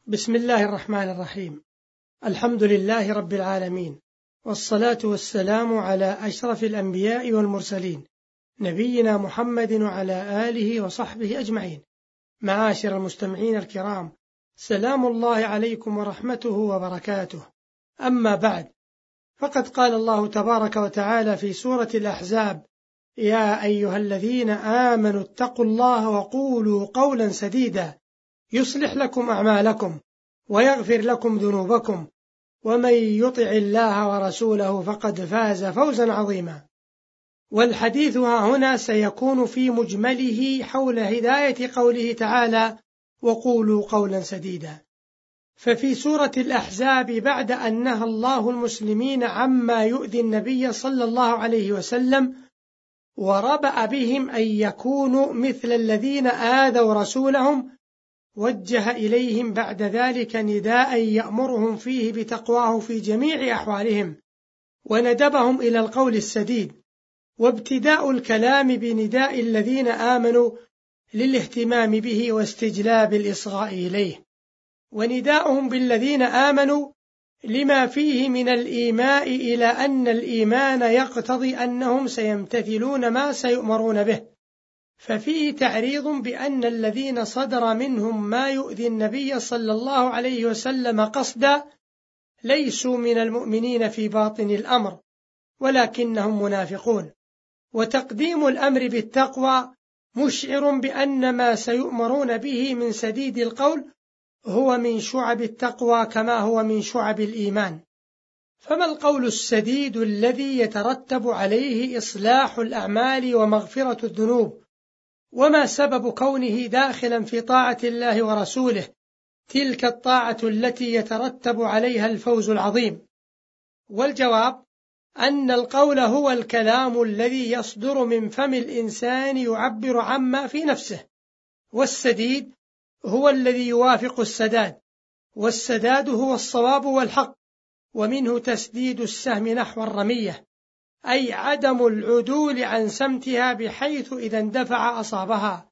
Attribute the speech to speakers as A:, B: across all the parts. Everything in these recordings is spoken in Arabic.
A: بسم الله الرحمن الرحيم. الحمد لله رب العالمين، والصلاة والسلام على أشرف الأنبياء والمرسلين، نبينا محمد وعلى آله وصحبه أجمعين. معاشر المستمعين الكرام، سلام الله عليكم ورحمته وبركاته. أما بعد، فقد قال الله تبارك وتعالى في سورة الأحزاب: يا أيها الذين آمنوا اتقوا الله وقولوا قولا سديدا يصلح لكم أعمالكم ويغفر لكم ذنوبكم ومن يطع الله ورسوله فقد فاز فوزا عظيما. والحديث هنا سيكون في مجمله حول هداية قوله تعالى: وقولوا قولا سديدا. ففي سورة الأحزاب، بعد أن نهى الله المسلمين عما يؤذي النبي صلى الله عليه وسلم وربأ بهم أن يكونوا مثل الذين آذوا رسولهم، وجه إليهم بعد ذلك نداء يأمرهم فيه بتقواه في جميع أحوالهم، وندبهم إلى القول السديد، وابتداء الكلام بنداء الذين آمنوا للاهتمام به واستجلاب الإصغاء إليه، ونداءهم بالذين آمنوا لما فيه من الإيماء إلى أن الإيمان يقتضي أنهم سيمتثلون ما سيؤمرون به. ففيه تعريض بأن الذين صدر منهم ما يؤذي النبي صلى الله عليه وسلم قصدا ليسوا من المؤمنين في باطن الأمر، ولكنهم منافقون. وتقديم الأمر بالتقوى مشعر بأن ما سيؤمرون به من سديد القول هو من شعب التقوى كما هو من شعب الإيمان. فما القول السديد الذي يترتب عليه إصلاح الأعمال ومغفرة الذنوب؟ وما سبب كونه داخلا في طاعة الله ورسوله، تلك الطاعة التي يترتب عليها الفوز العظيم؟ والجواب أن القول هو الكلام الذي يصدر من فم الإنسان يعبر عما في نفسه، والسديد هو الذي يوافق السداد، والسداد هو الصواب والحق، ومنه تسديد السهم نحو الرمية، أي عدم العدول عن سمتها بحيث إذا اندفع أصابها.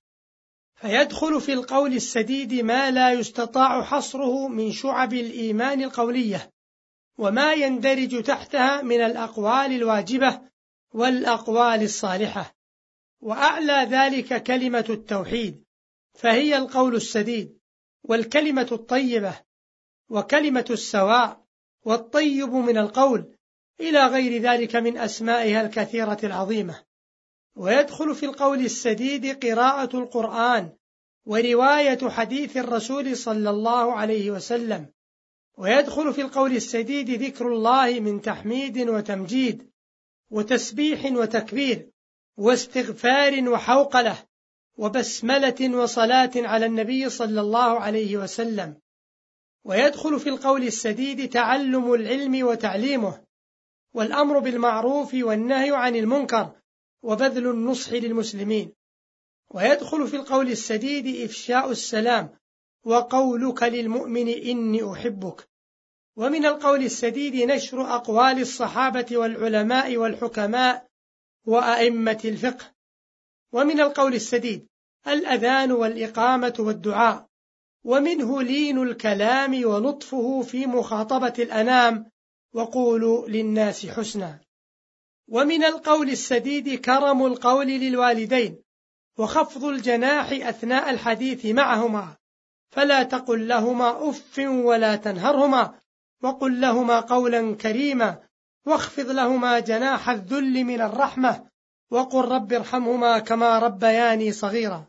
A: فيدخل في القول السديد ما لا يستطاع حصره من شعب الإيمان القولية، وما يندرج تحتها من الأقوال الواجبة والأقوال الصالحة، وأعلى ذلك كلمة التوحيد، فهي القول السديد، والكلمة الطيبة، وكلمة السواء، والطيب من القول، إلى غير ذلك من أسمائها الكثيرة العظيمة. ويدخل في القول السديد قراءة القرآن ورواية حديث الرسول صلى الله عليه وسلم، ويدخل في القول السديد ذكر الله من تحميد وتمجيد وتسبيح وتكبير واستغفار وحوقلة وبسملة وصلاة على النبي صلى الله عليه وسلم. ويدخل في القول السديد تعلم العلم وتعليمه، والأمر بالمعروف والنهي عن المنكر، وبذل النصح للمسلمين. ويدخل في القول السديد إفشاء السلام، وقولك للمؤمن إني أحبك. ومن القول السديد نشر أقوال الصحابة والعلماء والحكماء وأئمة الفقه. ومن القول السديد الأذان والإقامة والدعاء، ومنه لين الكلام ولطفه في مخاطبة الأنام، وقولوا للناس حسنا. ومن القول السديد كرم القول للوالدين، وخفض الجناح أثناء الحديث معهما، فلا تقل لهما أف ولا تنهرهما، وقل لهما قولا كريما، واخفض لهما جناح الذل من الرحمة، وقل رب ارحمهما كما ربياني صغيرا.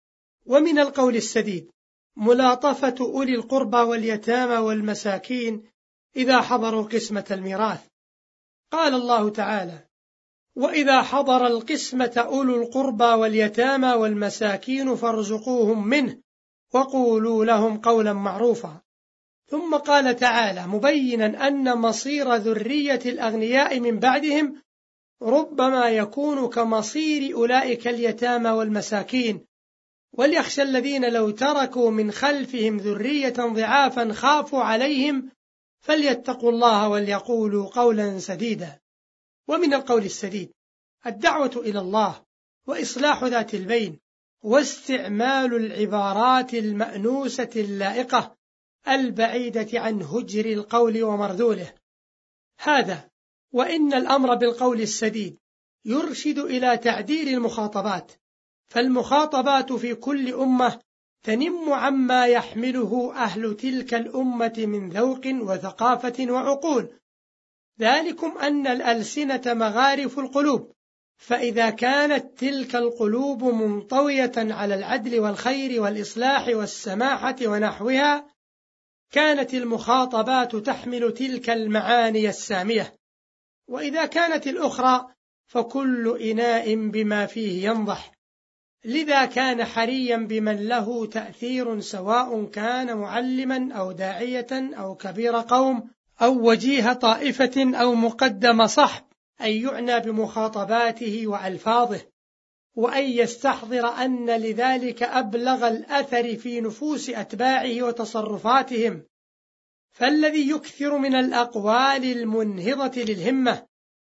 A: ومن القول السديد ملاطفة أولي القربى واليتامى والمساكين إذا حضروا قسمة الميراث. قال الله تعالى: وإذا حضر القسمة أولو القربى واليتامى والمساكين فارزقوهم منه وقولوا لهم قولا معروفا. ثم قال تعالى مبينا أن مصير ذرية الأغنياء من بعدهم ربما يكون كمصير أولئك اليتامى والمساكين، وليخشى الذين لو تركوا من خلفهم ذرية ضعافا خافوا عليهم فليتقوا الله وليقولوا قولا سديدا. ومن القول السديد الدعوة إلى الله وإصلاح ذات البين، واستعمال العبارات المأنوسة اللائقة، البعيدة عن هجر القول ومرذوله. هذا وإن الأمر بالقول السديد يرشد إلى تعديل المخاطبات، فالمخاطبات في كل أمة تنم عما يحمله أهل تلك الأمة من ذوق وثقافة وعقول، ذلكم أن الألسنة مغارف القلوب، فإذا كانت تلك القلوب منطوية على العدل والخير والإصلاح والسماحة ونحوها، كانت المخاطبات تحمل تلك المعاني السامية. وإذا كانت الأخرى فكل إناء بما فيه ينضح، لذا كان حريا بمن له تأثير، سواء كان معلما أو داعية أو كبير قوم أو وجيه طائفة أو مقدم صحب، أن يعنى بمخاطباته وألفاظه، وأن يستحضر أن لذلك أبلغ الأثر في نفوس أتباعه وتصرفاتهم. فالذي يكثر من الأقوال المنهضة للهمة،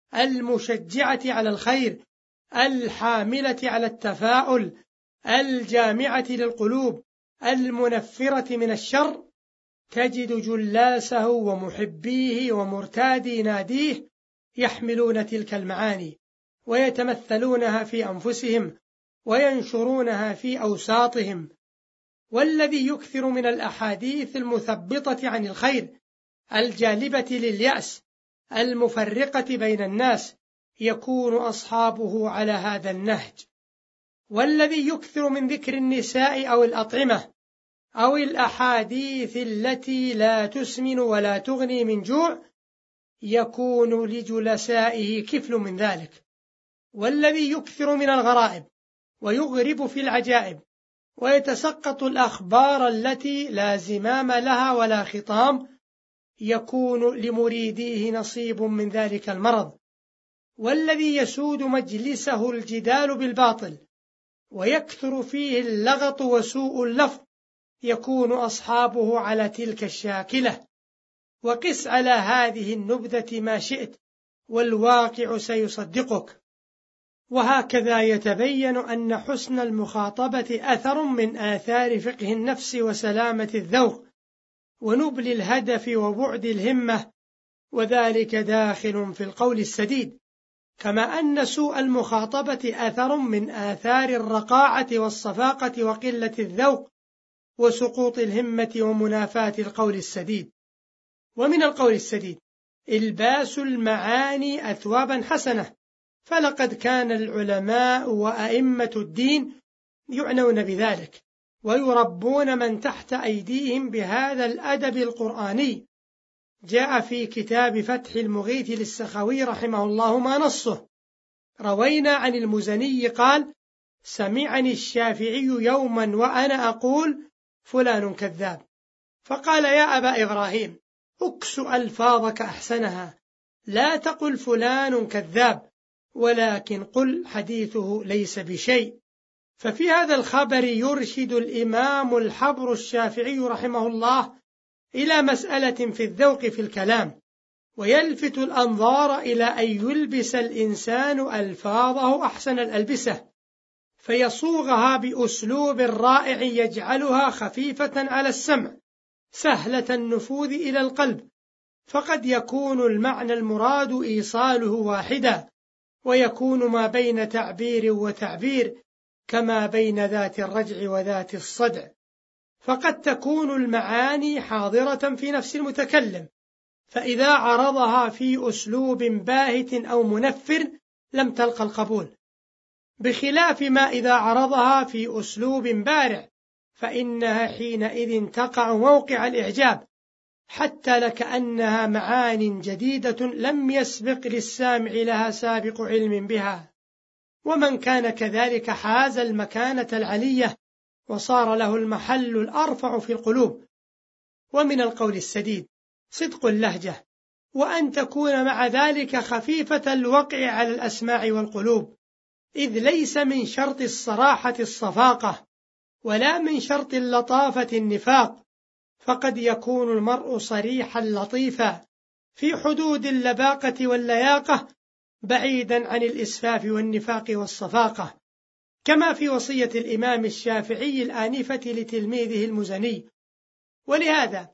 A: المشجعة على الخير، الحاملة على التفاؤل، الجامعة للقلوب، المنفرة من الشر، تجد جلاسه ومحبيه ومرتادي ناديه يحملون تلك المعاني ويتمثلونها في أنفسهم وينشرونها في أوساطهم. والذي يكثر من الأحاديث المثبطة عن الخير، الجالبة لليأس، المفرقة بين الناس، يكون أصحابه على هذا النهج. والذي يكثر من ذكر النساء أو الأطعمة أو الأحاديث التي لا تسمن ولا تغني من جوع، يكون لجلسائه كفل من ذلك. والذي يكثر من الغرائب ويغرب في العجائب ويتسقط الأخبار التي لا زمام لها ولا خطام، يكون لمريديه نصيب من ذلك المرض. والذي يسود مجلسه الجدال بالباطل ويكثر فيه اللغط وسوء اللفظ، يكون أصحابه على تلك الشاكلة. وقس على هذه النبذة ما شئت، والواقع سيصدقك. وهكذا يتبين أن حسن المخاطبة أثر من آثار فقه النفس وسلامة الذوق ونبل الهدف وبعد الهمة، وذلك داخل في القول السديد. كما أن سوء المخاطبة أثر من آثار الرقاعة والصفاقة وقلة الذوق وسقوط الهمة ومنافاة القول السديد. ومن القول السديد إلباس المعاني أثوابا حسنة، فلقد كان العلماء وأئمة الدين يعنون بذلك ويربون من تحت أيديهم بهذا الأدب القرآني. جاء في كتاب فتح المغيث للسخوي رحمه الله ما نصه: روينا عن المزني قال: سمعني الشافعي يوما وأنا أقول فلان كذاب، فقال: يا أبا إبراهيم، أكس ألفاظك أحسنها، لا تقل فلان كذاب، ولكن قل حديثه ليس بشيء. ففي هذا الخبر يرشد الإمام الحبر الشافعي رحمه الله إلى مسألة في الذوق في الكلام، ويلفت الأنظار إلى أن يلبس الإنسان ألفاظه أحسن الألبسة، فيصوغها بأسلوب رائع يجعلها خفيفة على السمع سهلة النفوذ إلى القلب، فقد يكون المعنى المراد إيصاله واحدا، ويكون ما بين تعبير وتعبير كما بين ذات الرجع وذات الصدع، فقد تكون المعاني حاضرة في نفس المتكلم، فإذا عرضها في أسلوب باهت أو منفر لم تلقى القبول، بخلاف ما إذا عرضها في أسلوب بارع، فإنها حينئذ تقع موقع الإعجاب، حتى لكأنها معان جديدة لم يسبق للسامع لها سابق علم بها. ومن كان كذلك حاز المكانة العلية وصار له المحل الأرفع في القلوب. ومن القول السديد صدق اللهجة، وأن تكون مع ذلك خفيفة الوقع على الأسماع والقلوب، إذ ليس من شرط الصراحة الصفاقة، ولا من شرط اللطافة النفاق، فقد يكون المرء صريحا لطيفا في حدود اللباقة واللياقة، بعيدا عن الإسفاف والنفاق والصفاقة، كما في وصية الإمام الشافعي الآنفة لتلميذه المزني. ولهذا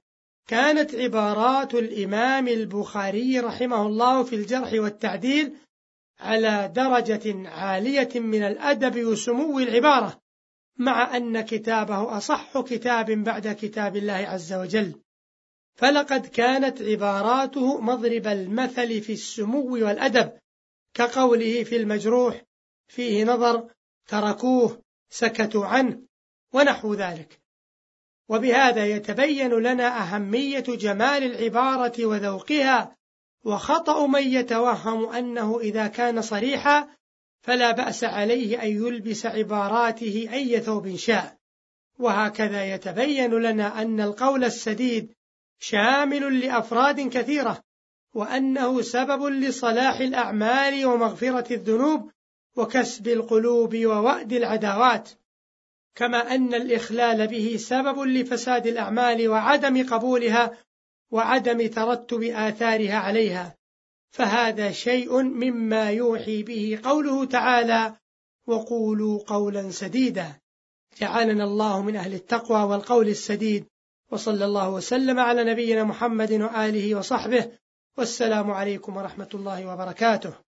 A: كانت عبارات الإمام البخاري رحمه الله في الجرح والتعديل على درجة عالية من الأدب وسمو العبارة، مع أن كتابه أصح كتاب بعد كتاب الله عز وجل، فلقد كانت عباراته مضرب المثل في السمو والأدب، كقوله في المجروح: فيه نظر تركوه سكتوا عنه، ونحو ذلك. وبهذا يتبين لنا أهمية جمال العبارة وذوقها، وخطأ من يتوهم أنه إذا كان صريحا فلا بأس عليه أن يلبس عباراته أي ثوب شاء. وهكذا يتبين لنا أن القول السديد شامل لأفراد كثيرة، وأنه سبب لصلاح الأعمال ومغفرة الذنوب وكسب القلوب ووأد العداوات، كما أن الإخلال به سبب لفساد الأعمال وعدم قبولها وعدم ترتب آثارها عليها. فهذا شيء مما يوحي به قوله تعالى: وقولوا قولا سديدا. جعلنا الله من أهل التقوى والقول السديد، وصلى الله وسلم على نبينا محمد وآله وصحبه، والسلام عليكم ورحمة الله وبركاته.